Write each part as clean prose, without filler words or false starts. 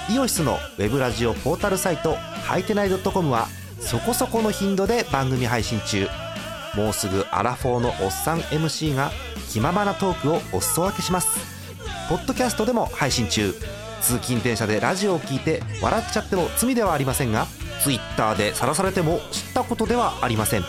イオシスのウェブラジオポータルサイトはいてない .com はそこそこの頻度で番組配信中。もうすぐアラフォーのおっさん MC が気ままなトークをお裾分けします。ポッドキャストでも配信中。通勤電車でラジオを聞いて笑っちゃっても罪ではありませんが、ツイッターで晒されても知ったことではありません。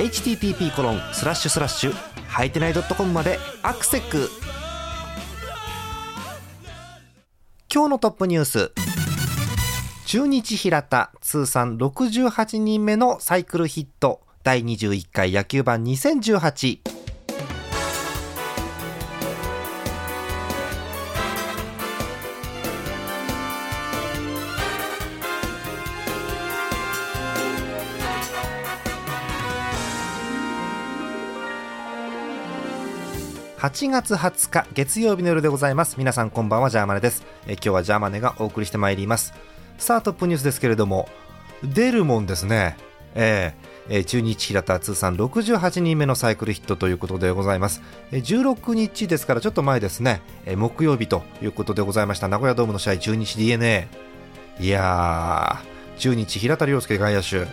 http:// はいてない .com までアクセック。今日のトップニュース、中日平田通算68人目のサイクルヒット、第21回野球盤2018。8月20日月曜日の夜でございます。皆さんこんばんは、ジャーマネです。今日はジャーマネがお送りしてまいります。さあトップニュースですけれども、出るもんですね。中日平田通算68人目のサイクルヒットということでございます。16日ですからちょっと前ですね。木曜日ということでございました。名古屋ドームの試合、中日 DNA。 いやー、中日平田良介外野手、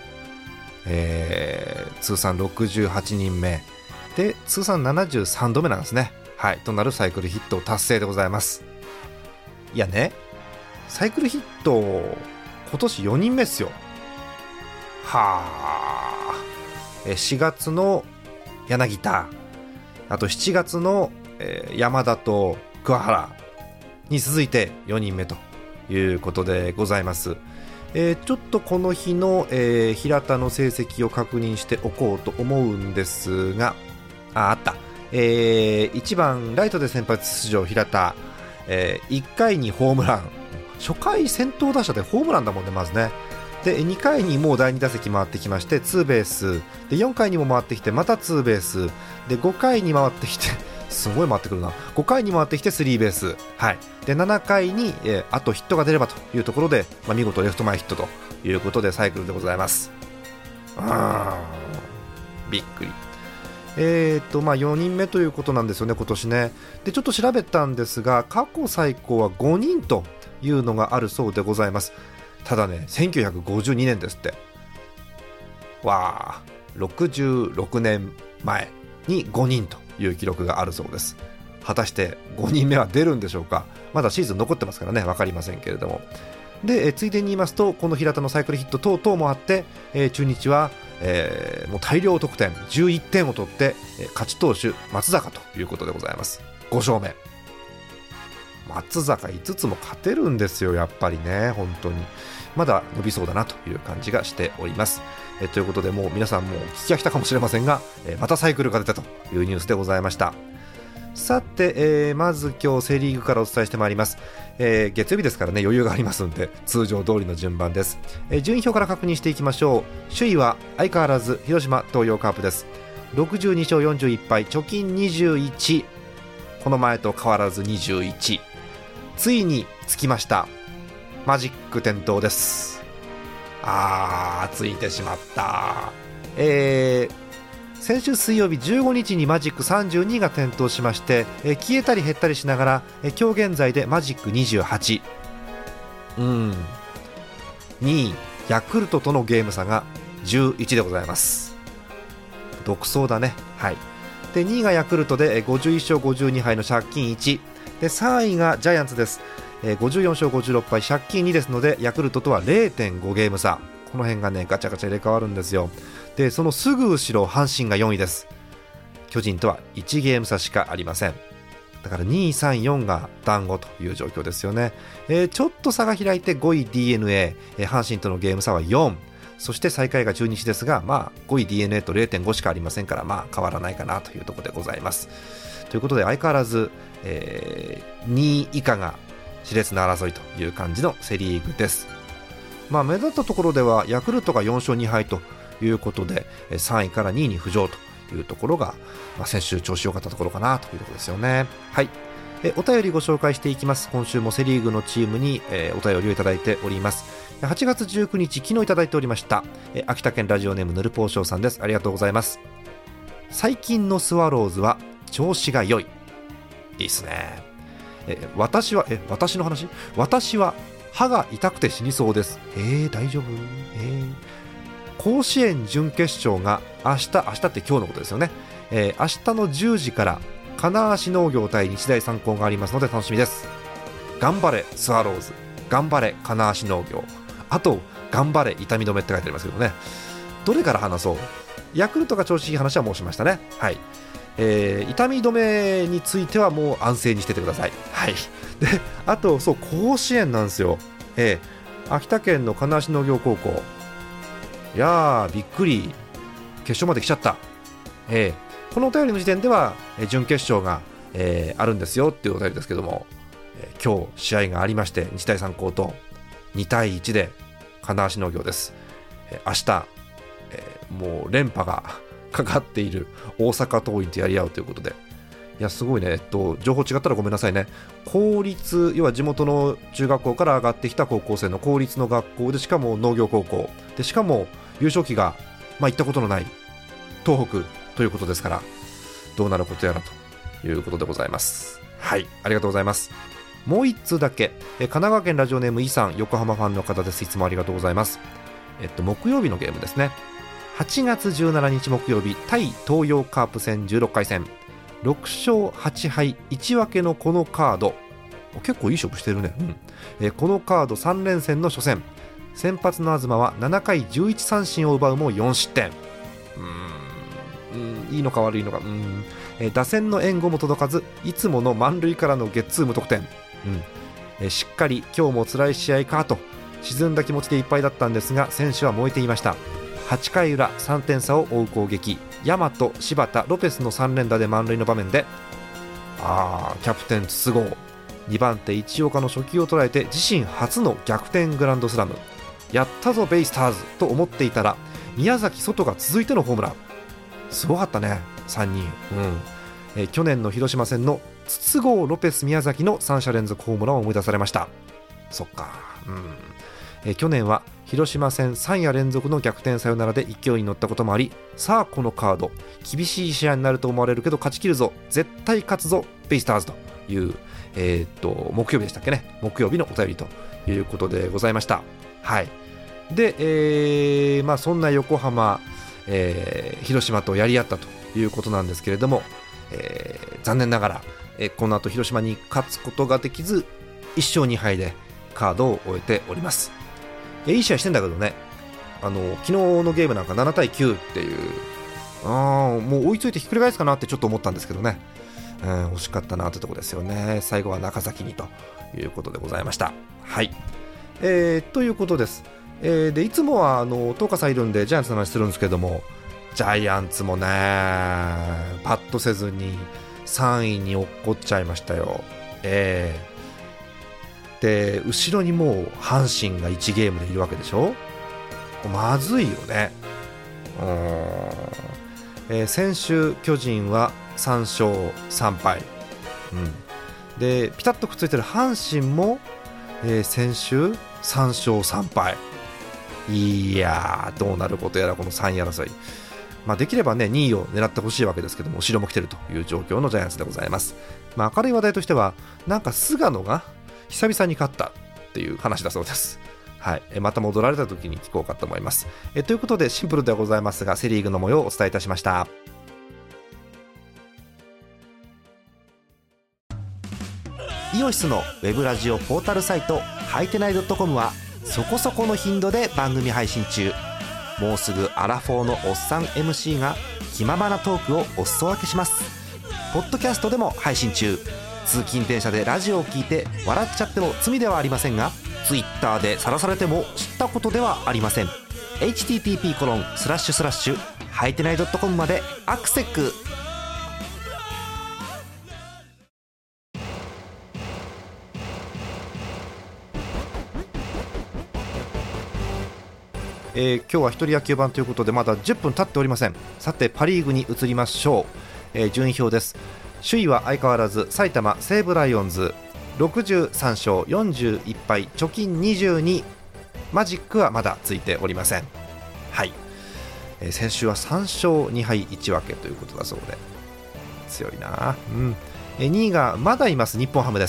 通算68人目で通算73度目なんですね。はい、となるサイクルヒット達成でございます。いやね、サイクルヒット今年4人目っすよ。はあ、4月の柳田、あと7月の、山田と桑原に続いて4人目ということでございます。ちょっとこの日の、平田の成績を確認しておこうと思うんですが、あった、1番ライトで先発出場平田、1回にホームラン、初回先頭打者でホームランだもんね。まずね、で2回にもう第2打席回ってきましてツーベースで、4回にも回ってきてまたツーベースで、5回に回ってきてすごい回ってくるな、5回に回ってきてスリーベース、はい、で7回に、あとヒットが出ればというところで、見事レフト前ヒットということでサイクルでございます。びっくり。4人目ということなんですよね、今年ね。でちょっと調べたんですが、過去最高は5人というのがあるそうでございます。ただね、1952年ですって。わー、66年前に5人という記録があるそうです。果たして5人目は出るんでしょうか。まだシーズン残ってますからね、分かりませんけれども。で、ついでに言いますと、この平田のサイクルヒット等々もあって、中日はもう大量得点11点を取って、勝ち投手松坂ということでございます。5勝目。松坂5つも勝てるんですよ、やっぱりね。本当にまだ伸びそうだなという感じがしております。ということで、もう皆さんも聞き飽きたかもしれませんが、またサイクルが出たというニュースでございました。さて、まず今日セリーグからお伝えしてまいります。月曜日ですからね、余裕がありますので通常通りの順番です。順位表から確認していきましょう。首位は相変わらず広島東洋カープです。62勝41敗、貯金21、この前と変わらず21。ついにつきました、マジック点灯です。ついてしまった。先週水曜日15日にマジック32が点灯しまして、消えたり減ったりしながら、今日現在でマジック28。2位ヤクルトとのゲーム差が11でございます。独走だね。はい。で2位がヤクルトで51勝52敗の借金1で、3位がジャイアンツです。54勝56敗借金2ですので、ヤクルトとは 0.5 ゲーム差。この辺がね、ガチャガチャ入れ替わるんですよ。でそのすぐ後ろ阪神が4位です。巨人とは1ゲーム差しかありません。だから2位3位4が団子という状況ですよね。ちょっと差が開いて5位 DNA、阪神とのゲーム差は4、そして最下位が中日ですが、5位 DNA と 0.5 しかありませんから、変わらないかなというところでございます。ということで相変わらず、2位以下が熾烈な争いという感じのセリーグです。目立ったところではヤクルトが4勝2敗ということで、3位から2位に浮上というところが、先週調子良かったところかなというところですよね。はい。お便りご紹介していきます。今週もセリーグのチームに、お便りをいただいております。8月19日昨日いただいておりました。秋田県ラジオネームぬるぽうしょうさんです。ありがとうございます。最近のスワローズは調子が良い。いいですね。私の話。私は歯が痛くて死にそうです。大丈夫？甲子園準決勝が明日って今日のことですよね。明日の10時から金足農業対日大三高がありますので楽しみです。頑張れスワローズ、頑張れ金足農業、あと頑張れ痛み止めって書いてありますけどね、どれから話そう。ヤクルトが調子いい話は申しましたね。はい、痛み止めについてはもう安静にしててください。はい、であとそう甲子園なんですよ。秋田県の金足農業高校、いやーびっくり、決勝まで来ちゃった。このお便りの時点では準決勝が、あるんですよっていうお便りですけども、今日試合がありまして、日大三高と2対1で金足農業です。明日、もう連覇がかかっている大阪桐蔭とやり合うということで、いやすごいね。情報違ったらごめんなさいね。公立、要は地元の中学校から上がってきた高校生の公立の学校で、しかも農業高校で、しかも優勝旗が、行ったことのない東北ということですから、どうなることやらということでございます。はい、ありがとうございます。もう1通だけ、神奈川県ラジオネームイさん、横浜ファンの方です。いつもありがとうございます。木曜日のゲームですね。8月17日木曜日、対東洋カープ戦16回戦、6勝8敗1分けのこのカード、結構いい勝負してるね。このカード3連戦の初戦、先発の東は7回11三振を奪うも4失点。いいのか悪いのか。打線の援護も届かず、いつもの満塁からのゲッツー無得点。しっかり今日も辛い試合かと沈んだ気持ちでいっぱいだったんですが、選手は燃えていました。8回裏3点差を追う攻撃、大和、柴田、ロペスの3連打で満塁の場面で、キャプテン筒香、2番手一岡の初球を捉えて自身初の逆転グランドスラム。やったぞベイスターズと思っていたら、宮崎外が続いてのホームラン。すごかったね、3人。去年の広島戦の筒香、ロペス、宮崎の3者連続ホームランを思い出されました。そっか。去年は広島戦3夜連続の逆転サヨナラで勢いに乗ったこともあり、さあこのカード厳しい試合になると思われるけど勝ち切るぞ、絶対勝つぞベイスターズという、木曜日でしたっけね、木曜日のお便りということでございました。はい。で、そんな横浜、広島とやり合ったということなんですけれども、残念ながら、この後広島に勝つことができず1勝2敗でカードを終えております。いい試合してんだけどね、昨日のゲームなんか7対9っていう、もう追いついてひっくり返すかなってちょっと思ったんですけどね、惜しかったなってとこですよね。最後は中崎にということでございました。はい、ということです。でいつもは東花さんいるんでジャイアンツの話するんですけども、ジャイアンツもねパッとせずに3位に落っこっちゃいましたよ。で後ろにもう阪神が1ゲームでいるわけでしょ。まずいよね。先週巨人は3勝3敗、でピタッとくっついてる阪神も、先週3勝3敗。いやーどうなることやらこの3位争い、できればね2位を狙ってほしいわけですけども、後ろも来てるという状況のジャイアンツでございます。明るい話題としてはなんか菅野が久々に勝ったっていう話だそうです。はい、また戻られた時に聞こうかと思います。ということでシンプルではございますがセリーグの模様をお伝えいたしました。イオシスのウェブラジオポータルサイトはいてない .com はそこそこの頻度で番組配信中。もうすぐアラフォーのおっさん MC が気ままなトークをお裾分けします。ポッドキャストでも配信中。通勤電車でラジオを聞いて笑っちゃっても罪ではありませんが、ツイッターで晒されても知ったことではありません。 http:// はいてない .com までアクセック。今日は一人野球版ということでまだ10分経っておりません。さてパリーグに移りましょう。順位表です。首位は相変わらず埼玉西武ライオンズ63勝41敗貯金22、マジックはまだついておりません。はい、先週は3勝2敗1分けということだそうで強いな。2位がまだいます日本ハムです。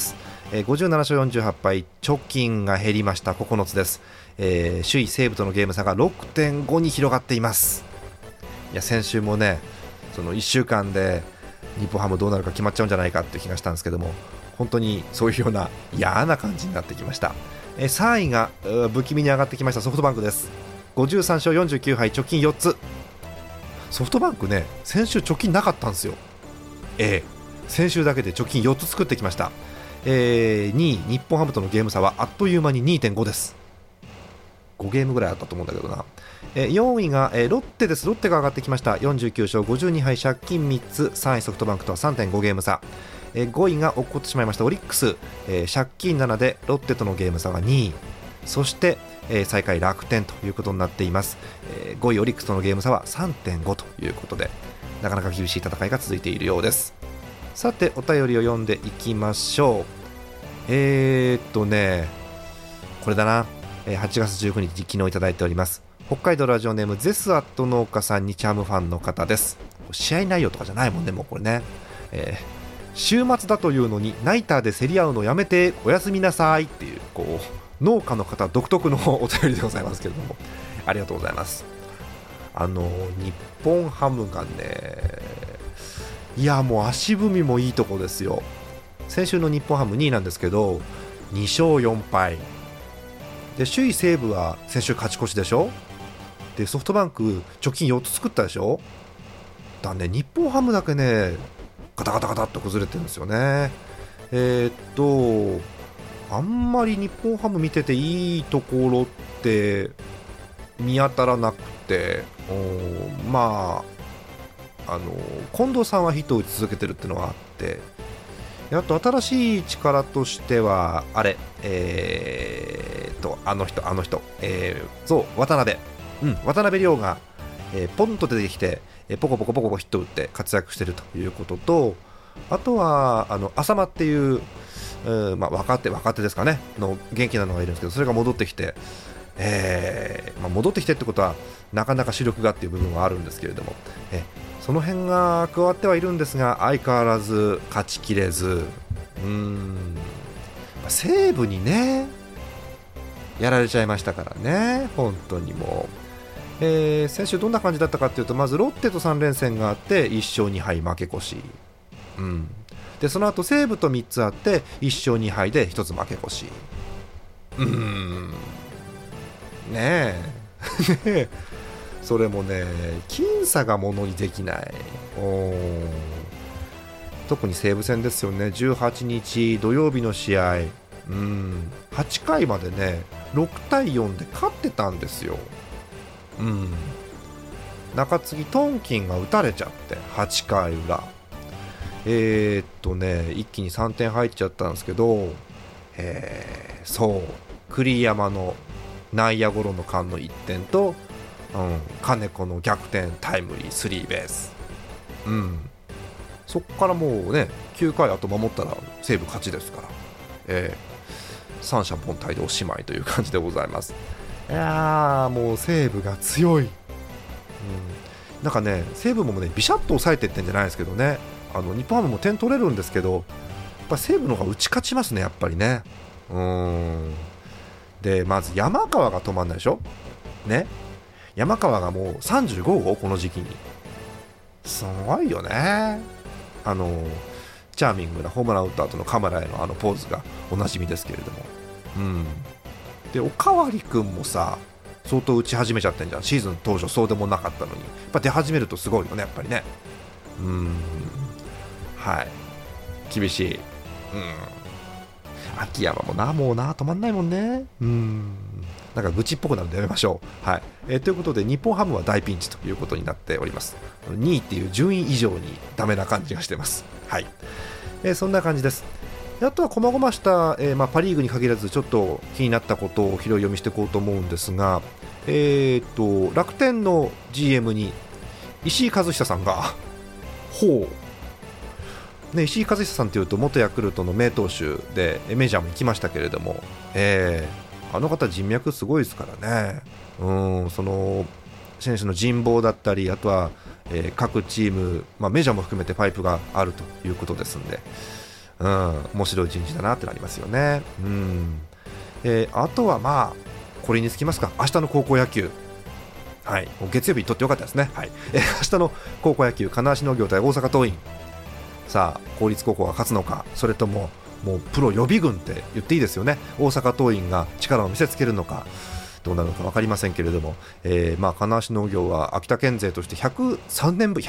57勝48敗、貯金が減りました。9つです。首位西武とのゲーム差が 6.5 に広がっています。いや先週もねその1週間で日本ハムどうなるか決まっちゃうんじゃないかっていう気がしたんですけども、本当にそういうような嫌な感じになってきました。3位が不気味に上がってきましたソフトバンクです。53勝49敗、貯金4つ。ソフトバンクね先週貯金なかったんですよ。先週だけで貯金4つ作ってきました。2位日本ハムとのゲーム差はあっという間に 2.5 です。5ゲームぐらいあったと思うんだけどな。4位がロッテです。ロッテが上がってきました。49勝52敗、借金3つ。3位ソフトバンクとは 3.5 ゲーム差。5位が落っこってしまいましたオリックス、借金7でロッテとのゲーム差が2位。そして、最下位楽天ということになっています。5位オリックスとのゲーム差は 3.5 ということで、なかなか厳しい戦いが続いているようです。さてお便りを読んでいきましょう。これだな。8月19日昨日いただいております。北海道ラジオネームゼスアット農家さんにチャームファンの方です。試合内容とかじゃないもんね、もうこれね。週末だというのにナイターで競り合うのやめておやすみなさいっていう、農家の方独特のお便りでございますけれども、ありがとうございます。日本ハムがね、いやもう足踏みもいいとこですよ。先週の日本ハム2位なんですけど2勝4敗で、首位西武は先週勝ち越しでしょ。でソフトバンク貯金4つ作ったでしょ。だね、日本ハムだけねガタガタガタっと崩れてるんですよね。あんまり日本ハム見てていいところって見当たらなくて、近藤さんはヒットを打ち続けてるっていうのがあって、あと新しい力としてはそう渡辺亮が、ポンと出てきて、ポコポコヒット打って活躍してるということと、あとは浅間っていう、若手ですかねの元気なのがいるんですけど、それが戻ってきて、戻ってきてってことはなかなか主力がっていう部分はあるんですけれども、その辺が加わってはいるんですが相変わらず勝ちきれず、西武にねやられちゃいましたからね、本当にもう、先週どんな感じだったかというと、まずロッテと3連戦があって1勝2敗負け越し、でその後西武と3つあって1勝2敗で1つ負け越し、ねえそれもね僅差がものにできない。特に西武戦ですよね。18日土曜日の試合、8回までね6対4で勝ってたんですよ。中継ぎトンキンが打たれちゃって8回裏、一気に3点入っちゃったんですけど、栗山の内野ゴロの間の1点と、金子の逆転タイムリースリーベース、そっからもうね9回あと守ったら西武勝ちですから、三者凡退でおしまいという感じでございます。いやーもう西武が強い、なんかね西武もねビシャッと抑えていってんじゃないですけどね、日本ハムも点取れるんですけど、やっぱ西武の方が打ち勝ちますね、やっぱりね。でまず山川が止まんないでしょね。山川がもう35号この時期にすごいよね。チャーミングなホームラン打った後のカメラへのポーズがおなじみですけれども、でおかわりくんもさ相当打ち始めちゃってんじゃん。シーズン当初そうでもなかったのにやっぱ出始めるとすごいよね、やっぱりね。厳しい。秋山ももう止まんないもんね。なんか愚痴っぽくなるんでやめましょう。ということで日本ハムは大ピンチということになっております。2位っていう順位以上にダメな感じがしてます。そんな感じです。あとは細々した、パリーグに限らずちょっと気になったことを拾い読みしていこうと思うんですが、楽天の GM に石井一久さんが石井一久さんというと元ヤクルトの名投手でメジャーも行きましたけれども、あの方人脈すごいですからね。その選手の人望だったり、あとは、各チーム、メジャーも含めてパイプがあるということですんで、 面白い一日だなってなりますよね。あとはまあこれにつきますか、明日の高校野球、はい、月曜日にとってよかったですね。はい、明日の高校野球、金足農業対大阪桐蔭、さあ公立高校が勝つのか、それとももうプロ予備軍って言っていいですよね、大阪桐蔭が力を見せつけるのかどうなるのか分かりませんけれども、金足農業は秋田県勢として103年ぶり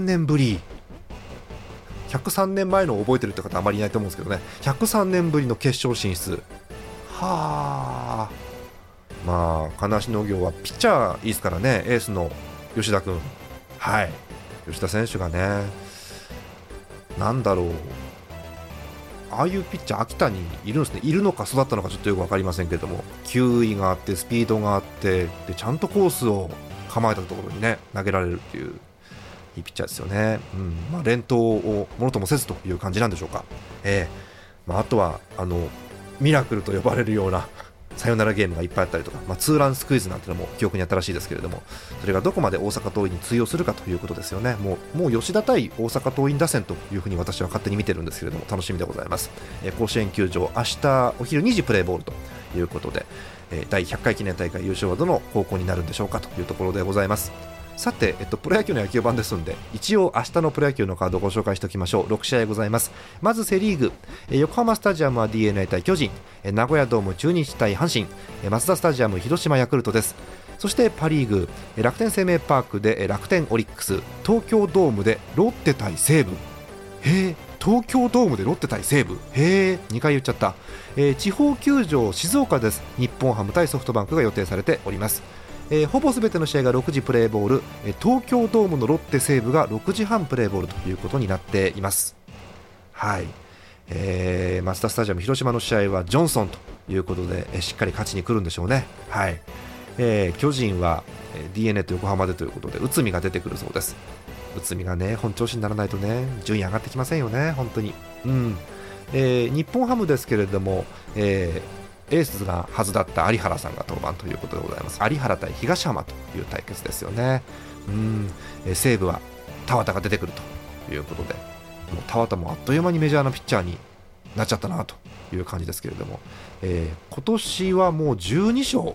103年前のを覚えてるって方あまりいないと思うんですけどね、103年ぶりの決勝進出。はあ、まあ金足農業はピッチャーいいですからね、エースの吉田君、はい、吉田選手がね、なんだろう、ああいうピッチャー秋田にいるんですね。いるのか育ったのかちょっとよく分かりませんけれども、球威があってスピードがあって、でちゃんとコースを構えたところにね投げられるっていういいピッチャーですよね。連投をものともせずという感じなんでしょうか。あとはミラクルと呼ばれるようなサヨナラゲームがいっぱいあったりとか、ツーランスクイズなんてのも記憶に新しいですけれども、それがどこまで大阪桐蔭に通用するかということですよね。もう吉田対大阪桐蔭打線というふうに私は勝手に見てるんですけれども、楽しみでございます。甲子園球場、明日お昼2時プレーボールということで、第100回記念大会優勝はどの高校になるんでしょうかというところでございます。さて、プロ野球の野球版ですので、一応明日のプロ野球のカードをご紹介しておきましょう。6試合ございます。まずセリーグ、横浜スタジアムは DNA 対巨人、名古屋ドーム中日対阪神、マツダスタジアム広島ヤクルトです。そしてパリーグ、楽天生命パークで楽天オリックス、東京ドームでロッテ対西武。東京ドームでロッテ対西武、2回言っちゃった。地方球場静岡です。日本ハム対ソフトバンクが予定されております。ほぼ全ての試合が6時プレーボール、東京ドームのロッテ西武が6時半プレーボールということになっています。はい、マツダスタジアム広島の試合はジョンソンということで、しっかり勝ちに来るんでしょうね。はい、巨人は DNA と横浜でということで内海が出てくるそうです。内海がね本調子にならないとね順位上がってきませんよね本当に。日本ハムですけれども、エースがはずだった有原さんが登板ということでございます。有原対東浜という対決ですよね。西武は田端が出てくるということで、もう田端もあっという間にメジャーなピッチャーになっちゃったなという感じですけれども、今年はもう12勝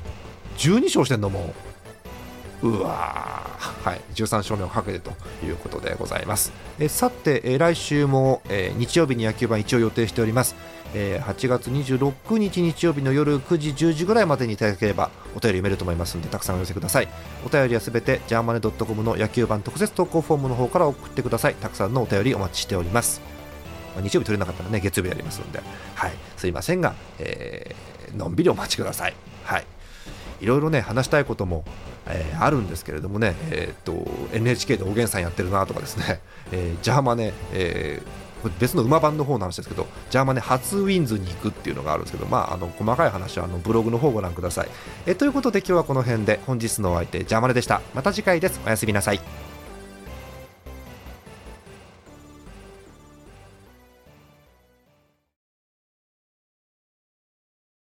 12勝してんのもうわー、はい、13勝目をかけてということでございます。さて、来週も、日曜日に野球盤一応予定しております。8月26日日曜日の夜9時10時ぐらいまでにいただければお便り読めると思いますので、たくさんお寄せください。お便りはすべてジャーマネ .com の野球盤特設投稿フォームの方から送ってください。たくさんのお便りお待ちしております。日曜日取れなかったらね月曜日やりますので、はい、すいませんが、のんびりお待ちください。はい、いろいろね話したいことも、あるんですけれどもね、NHK でおげんさんやってるなとかですね、ジャーマネ、これ別の馬番の方の話ですけど、ジャーマネ初ウィンズに行くっていうのがあるんですけど、細かい話はブログの方をご覧ください。ということで今日はこの辺で、本日のお相手ジャーマネでした。また次回です。おやすみなさい。